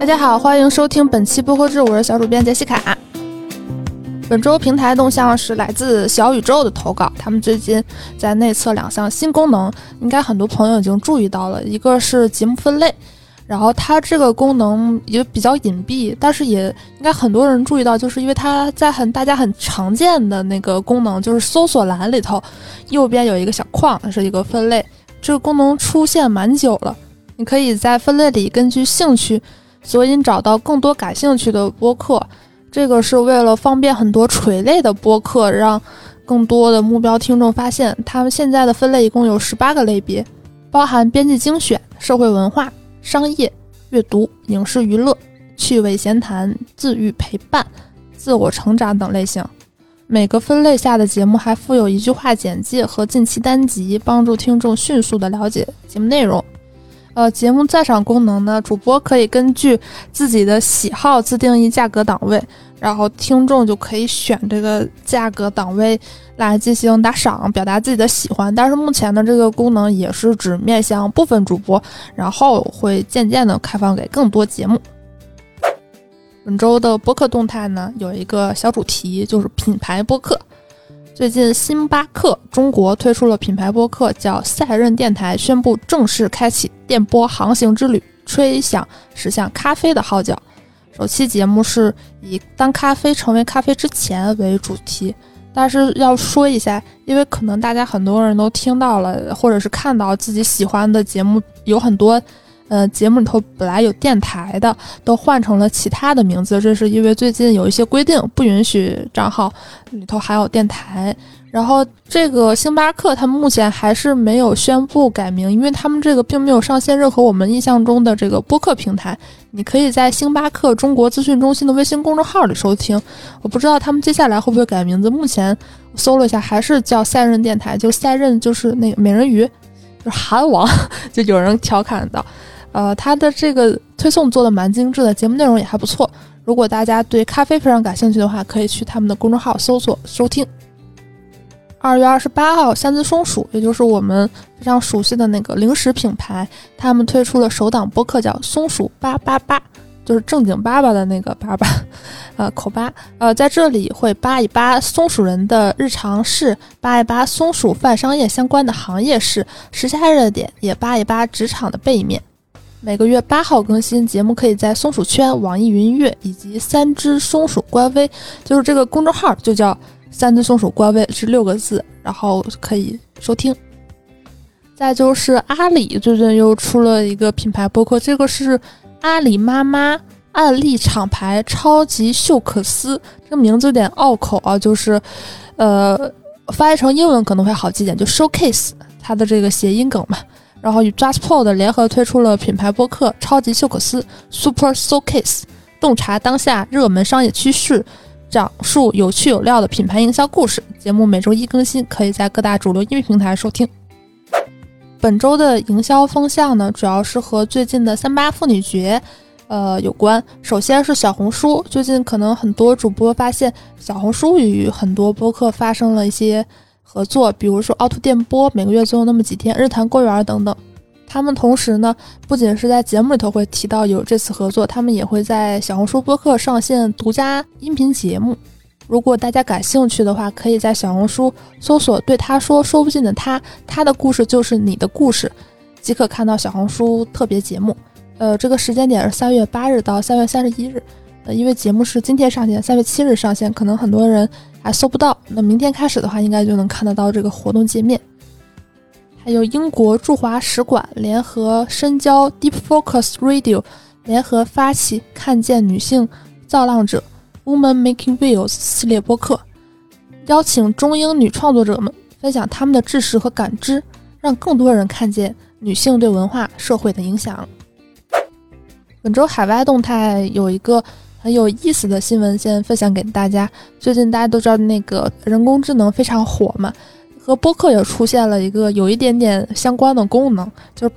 大家好，欢迎收听本期播客志，我是小主编杰西卡。本周平台动向是来自小宇宙的投稿，他们最近在内测2项新功能，应该很多朋友已经注意到了。一个是节目分类，然后它这个功能也比较隐蔽，但是也应该很多人注意到，就是因为它在大家很常见的那个功能，就是搜索栏里头右边有一个小框，是一个分类。这个功能出现蛮久了，你可以在分类里根据兴趣索引找到更多感兴趣的播客。这个是为了方便很多垂类的播客，让更多的目标听众发现。他们现在的分类一共有18个类别，包含编辑精选、社会文化、商业、阅读、影视娱乐、趣味闲谈、自愈陪伴、自我成长等类型。每个分类下的节目还附有一句话简介和近期单集，帮助听众迅速地了解节目内容。节目赞赏功能呢，主播可以根据自己的喜好自定义价格档位，然后听众就可以选这个价格档位来进行打赏，表达自己的喜欢。但是目前的这个功能也是只面向部分主播，然后会渐渐的开放给更多节目。本周的播客动态呢，有一个小主题，就是品牌播客。最近星巴克中国推出了品牌播客，叫赛任电台，宣布正式开启电波航行之旅，吹响驶向咖啡的号角。首期节目是以当咖啡成为咖啡之前为主题，但是要说一下，因为可能大家很多人都听到了，或者是看到自己喜欢的节目有很多节目里头本来有电台的都换成了其他的名字，这是因为最近有一些规定不允许账号里头还有电台。然后这个星巴克他们目前还是没有宣布改名，因为他们这个并没有上线任何我们印象中的这个播客平台，你可以在星巴克中国资讯中心的微信公众号里收听。我不知道他们接下来会不会改名字，目前我搜了一下还是叫赛任电台，就赛任就是那个美人鱼，就是韩王就有人调侃到他的这个推送做的蛮精致的，节目内容也还不错。如果大家对咖啡非常感兴趣的话，可以去他们的公众号搜索收听。2月28号，三只松鼠，也就是我们非常熟悉的那个零食品牌，他们推出了首档播客，叫松鼠888，就是正经爸爸的那个爸爸，口巴。在这里会扒一扒松鼠人的日常事，扒一扒松鼠泛商业相关的行业事，时下热点也扒一扒职场的背面。每个月8号更新，节目可以在松鼠圈、网易云音乐以及三只松鼠官微，就是这个公众号就叫三只松鼠官微，是6个字，然后可以收听。再就是阿里最近又出了一个品牌播客，这个是阿里妈妈案例厂牌超级秀克斯，这个名字有点拗口啊，就是翻译成英文可能会好记点，就 showcase 它的这个谐音梗嘛。然后与 JustPod 联合推出了品牌播客超级秀克斯 Super Showcase， 洞察当下热门商业趋势，讲述有趣有料的品牌营销故事。节目每周1更新，可以在各大主流音频平台收听。本周的营销风向呢，主要是和最近的38妇女节有关。首先是小红书，最近可能很多主播发现小红书与很多播客发生了一些合作，比如说凹凸电波，每个月总有那么几天，日坛公园等等。他们同时呢，不仅是在节目里头会提到有这次合作，他们也会在小红书播客上线独家音频节目。如果大家感兴趣的话，可以在小红书搜索对他说说不尽的他的故事就是你的故事，即可看到小红书特别节目。这个时间点是3月8日到3月31日。因为节目是今天上线，3月7日上线，可能很多人还搜不到，那明天开始的话应该就能看得到这个活动界面。还有英国驻华使馆联合深交 Deep Focus Radio 联合发起看见女性造浪者 Women Making Waves 系列播客，邀请中英女创作者们分享他们的知识和感知，让更多人看见女性对文化社会的影响。本周海外动态有一个很有意思的新闻，先分享给大家。最近大家都知道那个人工智能非常火嘛，和播客也出现了一个有一点点相关的功能，就是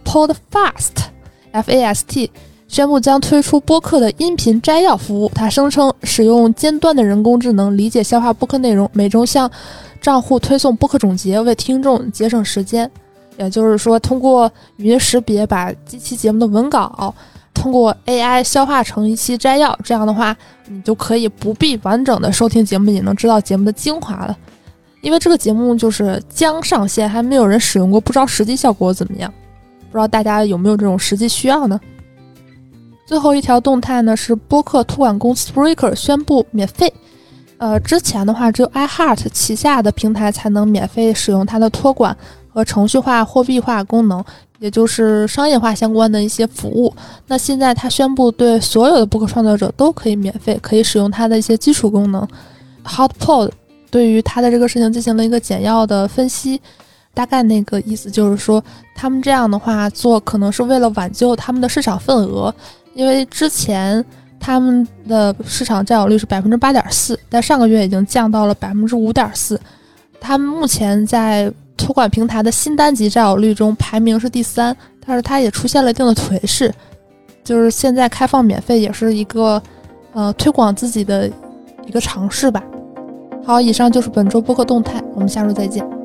Podfast，F-A-S-T， 宣布将推出播客的音频摘要服务。它声称使用尖端的人工智能理解消化播客内容，每周向账户推送播客总结，为听众节省时间。也就是说，通过语音识别把机器节目的文稿通过 AI 消化成一期摘要，这样的话你就可以不必完整的收听节目，也能知道节目的精华了。因为这个节目就是将上线，还没有人使用过，不知道实际效果怎么样，不知道大家有没有这种实际需要呢？最后一条动态呢是播客托管公司 Spreaker 宣布免费。之前的话只有 iHeart 旗下的平台才能免费使用它的托管和程序化、货币化功能，也就是商业化相关的一些服务。那现在它宣布对所有的播客创作者都可以免费，可以使用它的一些基础功能。HotPod 对于它的这个事情进行了一个简要的分析，大概那个意思就是说，他们这样的话做可能是为了挽救他们的市场份额，因为之前他们的市场占有率是 8.4%， 但上个月已经降到了 5.4%。 他们目前在托管平台的新单集占有率中排名是第3，但是它也出现了一定的颓势，就是现在开放免费也是一个推广自己的一个尝试吧。好，以上就是本周播客动态，我们下周再见。